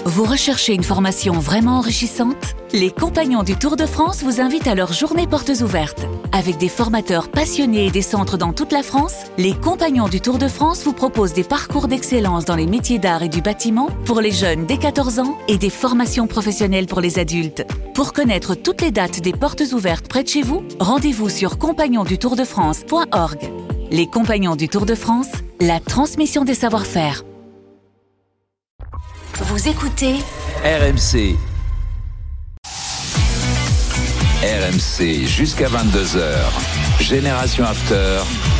Vous recherchez une formation vraiment enrichissante ? Les Compagnons du Tour de France vous invitent à leur journée portes ouvertes. Avec des formateurs passionnés et des centres dans toute la France, les Compagnons du Tour de France vous proposent des parcours d'excellence dans les métiers d'art et du bâtiment pour les jeunes dès 14 ans et des formations professionnelles pour les adultes. Pour connaître toutes les dates des portes ouvertes près de chez vous, rendez-vous sur compagnonsdutourdefrance.org. Les Compagnons du Tour de France, la transmission des savoir-faire. Vous écoutez RMC. RMC jusqu'à 22h. Génération After.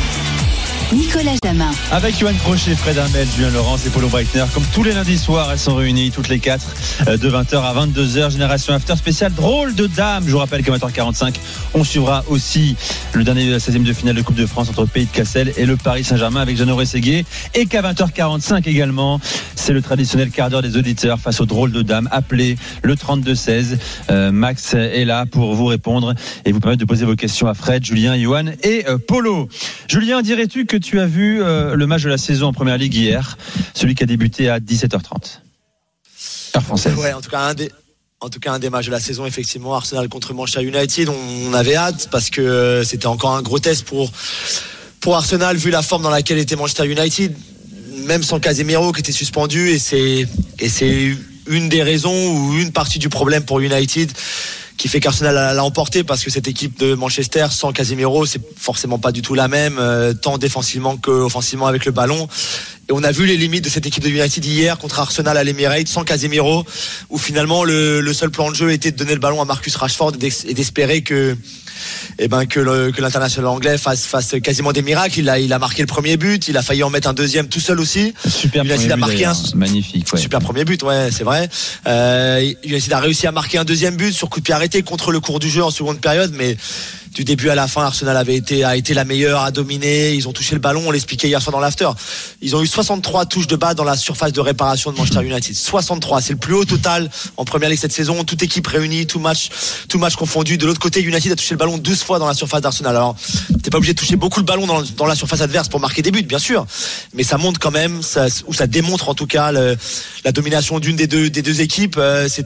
Nicolas Jamin. Avec Yoann Crochet, Fred Hermel, Julien Laurence et Paulo Breitner. Comme tous les lundis soirs, elles sont réunies toutes les 4 de 20h à 22h. Génération After spécial drôle de dame. Je vous rappelle qu'à 20h45, on suivra aussi le dernier 16e de finale de Coupe de France entre Pays de Cassel et le Paris Saint-Germain avec Jeannot Rességuier. Et qu'à 20h45 également, c'est le traditionnel quart d'heure des auditeurs face aux drôles de dames. Appelez le 32-16. Max est là pour vous répondre et vous permettre de poser vos questions à Fred, Julien, Yoann et Paulo. Julien, dirais-tu que tu as vu le match de la saison en Première Ligue hier, celui qui a débuté à 17h30 par française. Ouais, en tout cas un des matchs de la saison, effectivement, Arsenal contre Manchester United. On avait hâte parce que c'était encore un gros test pour Arsenal vu la forme dans laquelle était Manchester United, même sans Casemiro qui était suspendu, et c'est une des raisons ou une partie du problème pour United qui fait qu'Arsenal l'a emporté, parce que cette équipe de Manchester sans Casemiro, c'est forcément pas du tout la même, tant défensivement qu'offensivement avec le ballon. Et on a vu les limites de cette équipe de United hier contre Arsenal à l'Emirates sans Casemiro, où finalement le seul plan de jeu était de donner le ballon à Marcus Rashford et d'espérer que l'international anglais fasse quasiment des miracles. Il a marqué le premier but, il a failli en mettre un deuxième tout seul aussi. Super United premier a marqué but, magnifique. Ouais. Super premier but, ouais, c'est vrai. United a réussi à marquer un deuxième but sur coup de pied arrêté contre le cours du jeu en seconde période, mais du début à la fin, Arsenal a été la meilleure, a dominé. Ils ont touché le ballon, on l'expliquait hier soir dans l'after. Ils ont eu 63 touches de balle dans la surface de réparation de Manchester United. 63, c'est le plus haut total en Première Ligue cette saison. Toute équipe réunie, tout match confondu. De l'autre côté, United a touché le ballon 12 fois dans la surface d'Arsenal. Alors, t'es pas obligé de toucher beaucoup le ballon dans la surface adverse pour marquer des buts, bien sûr. Mais ça montre quand même, ça démontre en tout cas la domination d'une des deux équipes.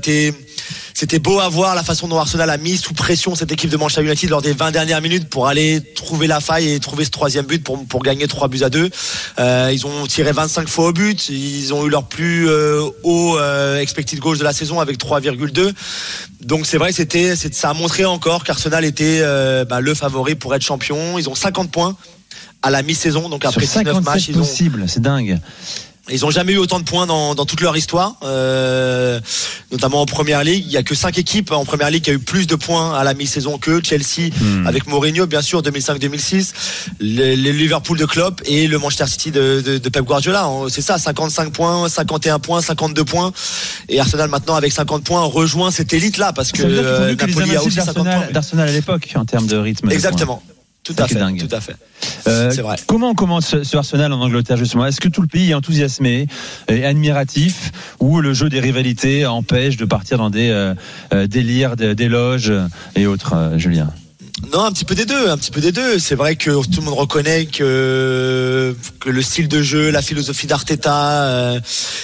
C'était beau à voir la façon dont Arsenal a mis sous pression cette équipe de Manchester United lors des 20 dernières minutes pour aller trouver la faille et trouver ce troisième but pour gagner 3-2. Ils ont tiré 25 fois au but. Ils ont eu leur plus haut expected goals de la saison avec 3,2. Donc c'est vrai, ça a montré encore qu'Arsenal était le favori pour être champion. Ils ont 50 points à la mi-saison, donc après 19 matchs, c'est dingue. Ils n'ont jamais eu autant de points dans toute leur histoire, notamment en Première Ligue. Il y a que 5 équipes en Première Ligue qui a eu plus de points à la mi-saison que Chelsea avec Mourinho, bien sûr, 2005-2006, le Liverpool de Klopp et le Manchester City de Pep Guardiola. C'est ça, 55 points, 51 points, 52 points. Et Arsenal maintenant avec 50 points rejoint cette élite-là, parce que Napoli a aussi 50 points. D'Arsenal à l'époque en termes de rythme. Exactement. Tout à fait. C'est vrai. Comment commence ce Arsenal en Angleterre, justement? Est-ce que tout le pays est enthousiasmé et admiratif, ou le jeu des rivalités empêche de partir dans des délires d'éloges et autres, Julien? Non, un petit peu des deux. C'est vrai que tout le monde reconnaît que le style de jeu, la philosophie d'Arteta,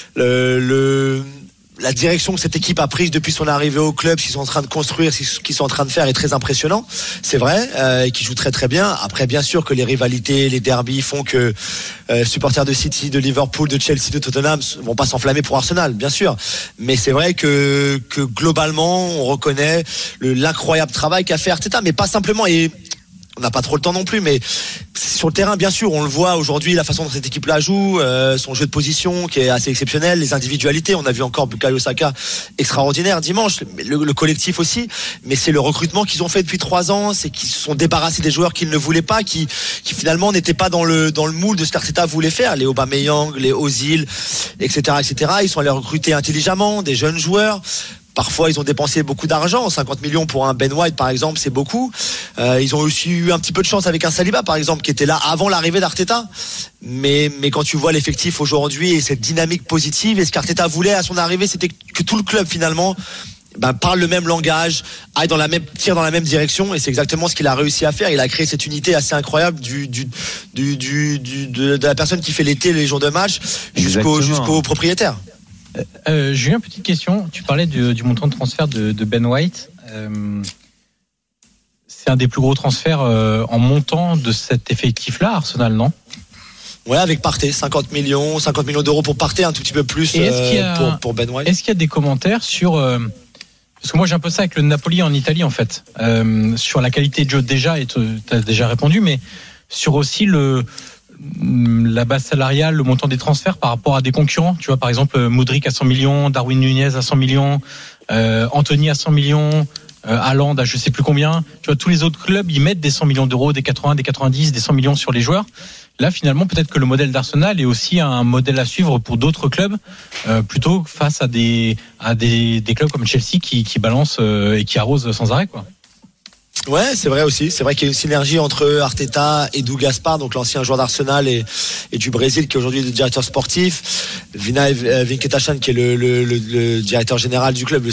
la direction que cette équipe a prise depuis son arrivée au club, ce qu'ils sont en train de construire, ce qu'ils sont en train de faire est très impressionnant. C'est vrai, et qui joue très très bien. Après, bien sûr que les rivalités, les derbies font que supporters de City, de Liverpool, de Chelsea, de Tottenham vont pas s'enflammer pour Arsenal, bien sûr. Mais c'est vrai que globalement, on reconnaît l'incroyable travail qu'a fait Arteta, mais pas simplement. Et on n'a pas trop le temps non plus, mais sur le terrain, bien sûr, on le voit aujourd'hui, la façon dont cette équipe-là joue, son jeu de position qui est assez exceptionnel, les individualités, on a vu encore Bukayo Saka extraordinaire dimanche, le collectif aussi, mais c'est le recrutement qu'ils ont fait depuis 3 ans, c'est qu'ils se sont débarrassés des joueurs qu'ils ne voulaient pas, qui finalement n'étaient pas dans le moule de ce qu'Arteta voulait faire, les Aubameyang, les Ozil, etc. Ils sont allés recruter intelligemment des jeunes joueurs. Parfois, ils ont dépensé beaucoup d'argent. 50 millions pour un Ben White, par exemple, c'est beaucoup. Ils ont aussi eu un petit peu de chance avec un Saliba, par exemple, qui était là avant l'arrivée d'Arteta. Mais quand tu vois l'effectif aujourd'hui et cette dynamique positive, et ce qu'Arteta voulait à son arrivée, c'était que tout le club, finalement, parle le même langage, tire dans la même direction, et c'est exactement ce qu'il a réussi à faire. Il a créé cette unité assez incroyable de la personne qui fait l'été, les jours de match, jusqu'au propriétaire. Julien, petite question. Tu parlais du montant de transfert de Ben White. C'est un des plus gros transferts en montant de cet effectif-là, Arsenal, non ? Ouais, avec Partey, 50 millions d'euros pour Partey, un tout petit peu plus pour Ben White. Est-ce qu'il y a des commentaires sur... parce que moi j'ai un peu ça avec le Napoli en Italie en fait, sur la qualité de jeu déjà, et tu as déjà répondu, mais sur aussi la base salariale, le montant des transferts par rapport à des concurrents. Tu vois, par exemple, Modric à 100 millions, Darwin Nunez à 100 millions, Anthony à 100 millions, Haaland à je sais plus combien. Tu vois, tous les autres clubs, ils mettent des 100 millions d'euros, des 80, des 90, des 100 millions sur les joueurs. Là, finalement, peut-être que le modèle d'Arsenal est aussi un modèle à suivre pour d'autres clubs, plutôt face à des clubs comme Chelsea qui balancent et qui arrosent sans arrêt, quoi. Ouais, c'est vrai aussi. C'est vrai qu'il y a une synergie entre Arteta et Edu Gaspar, donc l'ancien joueur d'Arsenal et du Brésil, qui est aujourd'hui le directeur sportif. Vinay Venkateshan, qui est le directeur général du club, le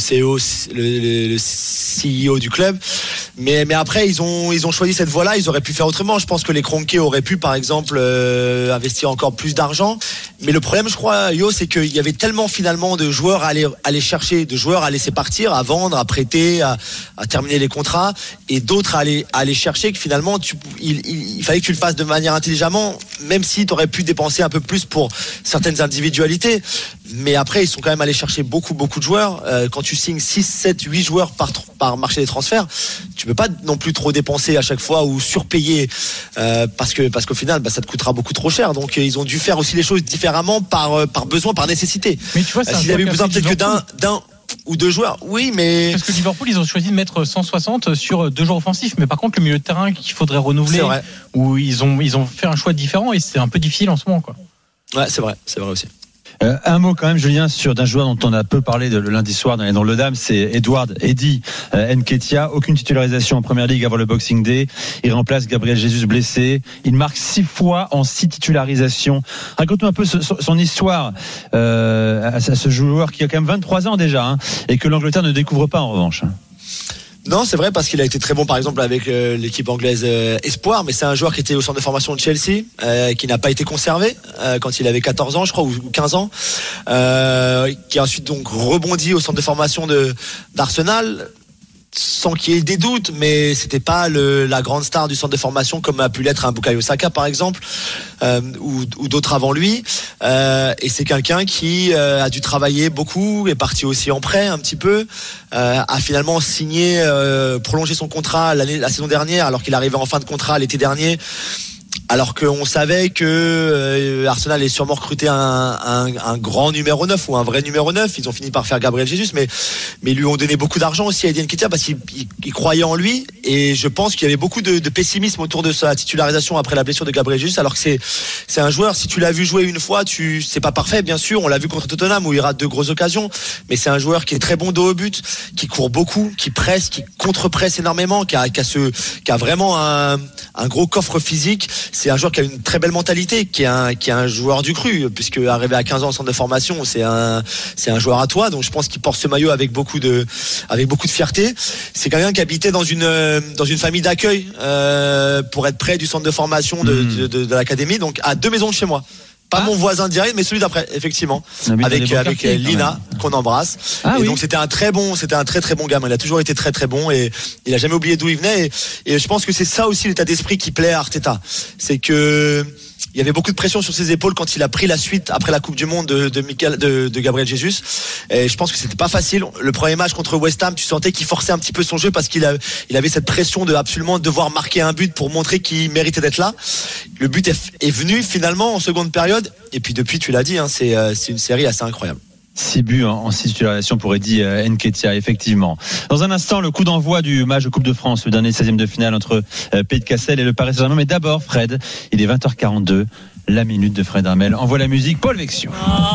CEO du club. Mais après, ils ont choisi cette voie-là. Ils auraient pu faire autrement. Je pense que les Kroenke auraient pu, par exemple, investir encore plus d'argent. Mais le problème, je crois, Yo, c'est qu'il y avait tellement finalement de joueurs à aller chercher, de joueurs à laisser partir, à vendre, à prêter, à terminer les contrats, et d'autres à aller chercher, que finalement il fallait que tu le fasses de manière intelligemment, même si tu aurais pu dépenser un peu plus pour certaines individualités. Mais après, ils sont quand même allés chercher beaucoup de joueurs. Quand tu signes 6, 7, 8 joueurs par marché des transferts, tu peux pas non plus trop dépenser à chaque fois ou surpayer, parce qu'au final, ça te coûtera beaucoup trop cher. Donc ils ont dû faire aussi les choses différemment par besoin, par nécessité. Mais tu vois, s'ils avaient besoin peut-être que d'un ou deux joueurs, oui, mais... Parce que Liverpool, ils ont choisi de mettre 160 sur 2 joueurs offensifs, mais par contre, le milieu de terrain qu'il faudrait renouveler, où ils ont fait un choix différent, et c'est un peu difficile en ce moment, quoi. Ouais, c'est vrai aussi. Un mot quand même, Julien, d'un joueur dont on a peu parlé le lundi soir dans le DAM, c'est Eddie Nketiah. Aucune titularisation en Première Ligue avant le Boxing Day. Il remplace Gabriel Jesus blessé. Il marque 6 fois en 6 titularisations. Raconte-nous un peu son histoire à ce joueur qui a quand même 23 ans déjà, et que l'Angleterre ne découvre pas en revanche. Non, c'est vrai, parce qu'il a été très bon, par exemple, avec l'équipe anglaise Espoir, mais c'est un joueur qui était au centre de formation de Chelsea, qui n'a pas été conservé quand il avait 14 ans, je crois, ou 15 ans, qui a ensuite donc rebondi au centre de formation d'Arsenal, sans qu'il y ait des doutes, mais c'était pas la grande star du centre de formation comme a pu l'être un Bukayo Saka, par exemple, ou d'autres avant lui. Et c'est quelqu'un qui a dû travailler beaucoup, est parti aussi en prêt un petit peu, a finalement signé, prolongé son contrat la saison dernière, alors qu'il arrivait en fin de contrat l'été dernier. Alors qu'on savait que Arsenal allait sûrement recruter un grand numéro 9 ou un vrai numéro 9. Ils ont fini par faire Gabriel Jesus, mais ils lui ont donné beaucoup d'argent aussi à Eddie Nketiah, parce qu'ils croyaient en lui. Et je pense qu'il y avait beaucoup de pessimisme autour de sa titularisation après la blessure de Gabriel Jesus, alors que c'est un joueur, si tu l'as vu jouer une fois, c'est pas parfait, bien sûr. On l'a vu contre Tottenham où il rate 2 grosses occasions, mais c'est un joueur qui est très bon dos au but, qui court beaucoup, qui presse, qui contre-presse énormément, qui a vraiment un gros coffre physique. C'est un joueur qui a une très belle mentalité, qui est un joueur du cru, puisque arrivé à 15 ans en centre de formation, c'est un joueur à toi. Donc je pense qu'il porte ce maillot avec beaucoup de fierté. C'est quelqu'un qui habitait dans une famille d'accueil pour être près du centre de formation de l'académie, donc à 2 maisons de chez moi. Pas mon voisin direct, mais celui d'après, effectivement, avec Lina, qu'on embrasse. Donc c'était un très très bon gamin. Il a toujours été très très bon, et il a jamais oublié d'où il venait. Et je pense que c'est ça aussi l'état d'esprit qui plaît à Arteta. C'est que il y avait beaucoup de pression sur ses épaules quand il a pris la suite après la Coupe du Monde de Gabriel Jesus. Et je pense que c'était pas facile. Le premier match contre West Ham, tu sentais qu'il forçait un petit peu son jeu, parce qu'il avait cette pression de absolument devoir marquer un but pour montrer qu'il méritait d'être là. Le but est venu finalement en seconde période. Et puis depuis, tu l'as dit, c'est une série assez incroyable. 6 buts en 6 titularisations pour Eddie Nketiah, effectivement. Dans un instant, le coup d'envoi du match de Coupe de France, le dernier 16e de finale entre Pays de Cassel et le Paris Saint-Germain. Mais d'abord, Fred, il est 20h42, la minute de Fred Hermel. Envoie la musique, Paul Vexio.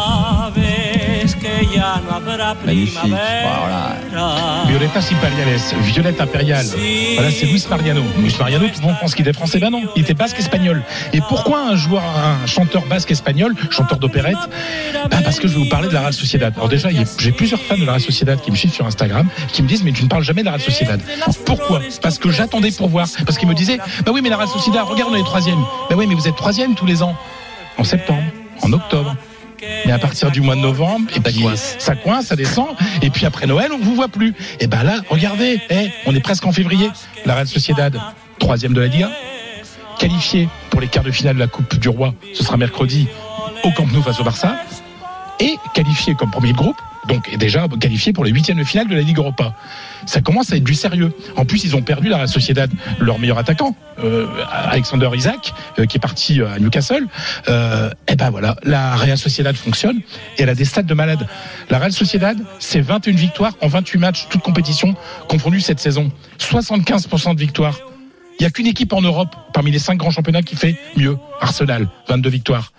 Magnifique. Voilà. Violetas Imperiales, Violette impériale. Voilà, c'est Luis Mariano. Luis Mariano, tout le monde pense qu'il est français. Ben non, il était basque espagnol. Et pourquoi un chanteur basque espagnol, chanteur d'opérette? Parce que je vais vous parler de la Real Sociedad. Alors déjà, j'ai plusieurs fans de la Real Sociedad qui me suivent sur Instagram, qui me disent mais tu ne parles jamais de la Real Sociedad. Pourquoi? Parce que j'attendais pour voir. Parce qu'ils me disaient oui, mais la Real Sociedad, regarde, on est 3e. Oui, mais vous êtes 3e tous les ans. En septembre, en octobre. Mais à partir du mois de novembre, et puis ça coince, ça descend, et puis après Noël, on ne vous voit plus. Et ben là, regardez, on est presque en février. La Real Sociedad, 3e de la Liga, qualifié pour les quarts de finale de la Coupe du Roi, ce sera mercredi au Camp Nou face au Barça, et qualifié comme premier de groupe, donc est déjà qualifié pour les 8e de finale de la Ligue Europa. Ça commence à être du sérieux. En plus, ils ont perdu la Real Sociedad, leur meilleur attaquant, Alexander Isak, qui est parti à Newcastle. Et ben voilà, la Real Sociedad fonctionne et elle a des stats de malade. La Real Sociedad, c'est 21 victoires en 28 matchs, toutes compétitions confondues cette saison. 75% de victoires. Il n'y a qu'une équipe en Europe, parmi les 5 grands championnats, qui fait mieux. Arsenal, 22 victoires.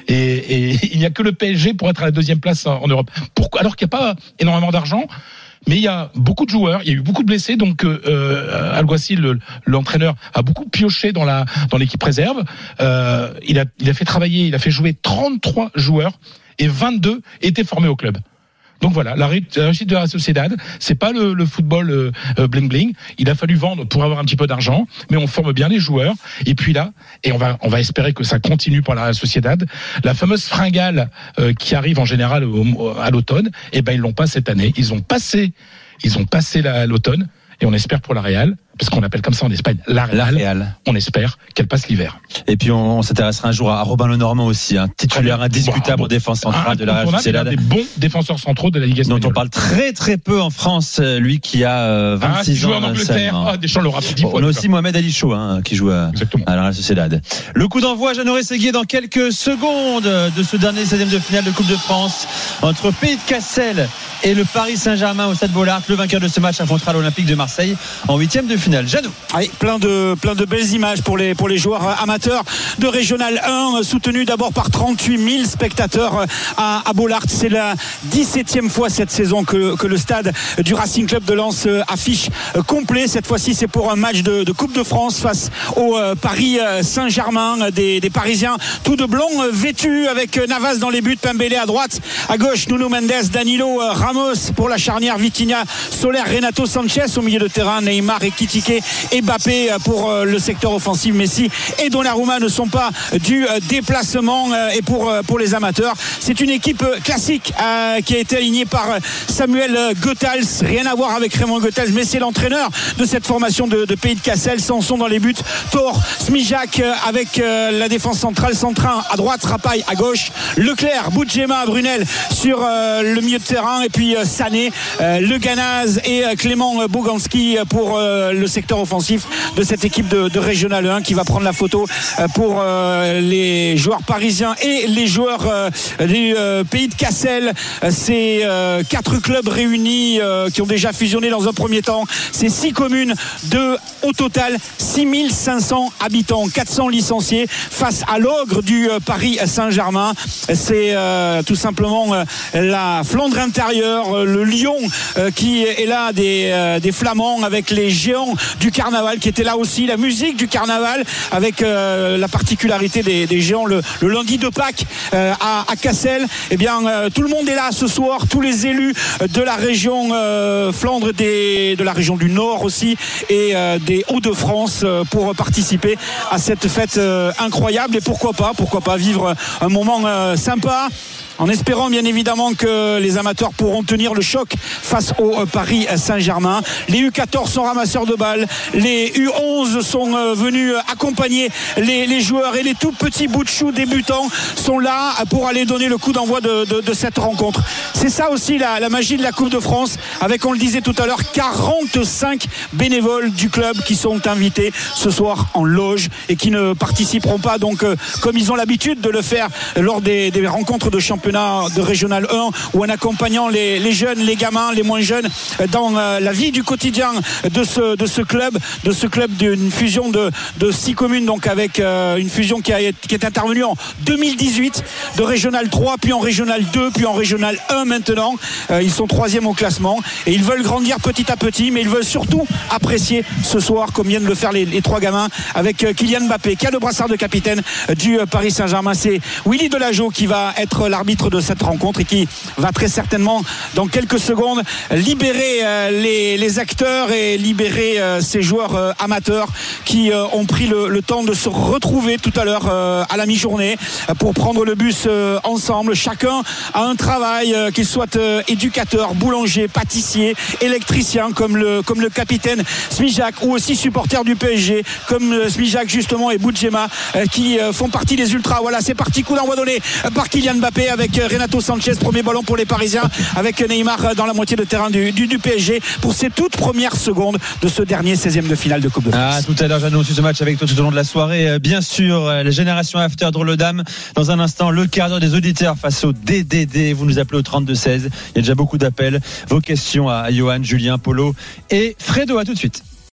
Et il n'y a que le PSG pour être à la 2e place en Europe. Pourquoi ? Alors qu'il n'y a pas énormément d'argent, mais il y a beaucoup de joueurs, il y a eu beaucoup de blessés, donc Alguacil, l'entraîneur, a beaucoup pioché dans l'équipe réserve. Il a fait travailler, il a fait jouer 33 joueurs et 22 étaient formés au club. Donc voilà, la réussite de la Sociedad, c'est pas le football bling bling. Il a fallu vendre pour avoir un petit peu d'argent, mais on forme bien les joueurs. Et puis là, et on va espérer que ça continue pour la Sociedad. La fameuse fringale qui arrive en général à l'automne, et ben ils l'ont pas cette année. Ils ont passé l'automne. Et on espère pour la Real, parce qu'on appelle comme ça en Espagne la Real. On espère qu'elle passe l'hiver. Et puis on s'intéressera un jour à Robin Lenormand aussi, titulaire indiscutable en défense centrale de la Real Sociedad. Des bons défenseurs centraux de la Ligue espagnole. Dont on parle très très peu en France, lui qui a 26 ans. Qui joue en Angleterre. Deschamps l'aura fait 10 fois. On a aussi Mohamed Ali Chou, qui joue à la Real Sociedad. Le coup d'envoi, Jeannot Séguier, dans quelques secondes de ce dernier 16e de finale de Coupe de France entre Pays de Cassel et le Paris Saint-Germain au Stade Bollaert. Le vainqueur de ce match affrontera l'Olympique de Marseille en 8e de finale. Jeannot. Allez, plein de belles images pour les joueurs amateurs de Régional 1, soutenus d'abord par 38 000 spectateurs à Bollaert. C'est la 17e fois cette saison que le stade du Racing Club de Lens affiche complet. Cette fois-ci, c'est pour un match de Coupe de France face au Paris Saint-Germain. Des Parisiens tout de blanc vêtus, avec Navas dans les buts, Pembele à droite, à gauche Nuno Mendes, Danilo, Ramos pour la charnière, Vitinha, Soler, Renato Sanchez au milieu de terrain, Neymar, Ekitike et Mbappé pour le secteur offensif. Messi et Donnarumma ne sont pas du déplacement. Et pour les amateurs, c'est une équipe classique qui a été alignée par Samuel Goethals. Rien à voir avec Raymond Goethals, mais c'est l'entraîneur de cette formation de Pays de Cassel. Sanson dans les buts, Thor, Smijak avec la défense centrale, Centrin à droite, Rapaille à gauche, Leclerc, Boudjema, Brunel sur le milieu de terrain, et puis Sané, Le Ganaz et Clément Boganski pour le secteur offensif de cette équipe de Régional 1 qui va prendre la photo pour les joueurs parisiens et les joueurs du Pays de Cassel. C'est 4 clubs réunis qui ont déjà fusionné dans un premier temps. C'est 6 communes au total 6500 habitants, 400 licenciés face à l'ogre du Paris Saint-Germain. C'est tout simplement la Flandre intérieure, le lion qui est là des Flamands, avec les géants du carnaval qui étaient là aussi, la musique du carnaval avec la particularité des géants le lundi de Pâques à Cassel. Eh bien tout le monde est là ce soir, tous les élus de la région Flandre, de la région du Nord aussi, et des Hauts-de-France pour participer à cette fête incroyable. Et pourquoi pas vivre un moment sympa, en espérant bien évidemment que les amateurs pourront tenir le choc face au Paris Saint-Germain. Les U14 sont ramasseurs de balles, les U11 sont venus accompagner les joueurs, et les tout petits bouts de chou débutants sont là pour aller donner le coup d'envoi de cette rencontre. C'est ça aussi la magie de la Coupe de France, avec, on le disait tout à l'heure, 45 bénévoles du club qui sont invités ce soir en loge et qui ne participeront pas, donc comme ils ont l'habitude de le faire lors des rencontres de championnat de Régional 1, ou en accompagnant les jeunes, les gamins, les moins jeunes dans la vie du quotidien de ce club d'une fusion de 6 communes, donc avec une fusion qui est intervenue en 2018, de Régional 3 puis en Régional 2 puis en Régional 1 maintenant. Ils sont 3e au classement et ils veulent grandir petit à petit, mais ils veulent surtout apprécier ce soir, comme viennent de le faire les 3 gamins, avec Kylian Mbappé qui a le brassard de capitaine du Paris Saint-Germain. C'est Willy Delageau qui va être l'arbitre l'arbitre de cette rencontre et qui va très certainement dans quelques secondes libérer les acteurs et libérer ces joueurs amateurs qui ont pris le temps de se retrouver tout à l'heure à la mi-journée pour prendre le bus ensemble. Chacun a un travail, qu'il soit éducateur, boulanger, pâtissier, électricien comme le capitaine Smijak, ou aussi supporter du PSG comme Smijak justement et Boudjema qui font partie des ultras. Voilà, c'est parti, coup d'envoi donné par Kylian Mbappé avec Renato Sanchez, premier ballon pour les Parisiens avec Neymar dans la moitié de terrain du PSG pour ces toutes premières secondes de ce dernier 16e de finale de Coupe de France. Tout à l'heure, j'annonce ce match avec toi tout au long de la soirée. Bien sûr, la génération After Drôle de Dame. Dans un instant, le quart d'heure des auditeurs face au DDD. Vous nous appelez au 32-16. Il y a déjà beaucoup d'appels. Vos questions à Johan, Julien, Polo et Fredo. À tout de suite.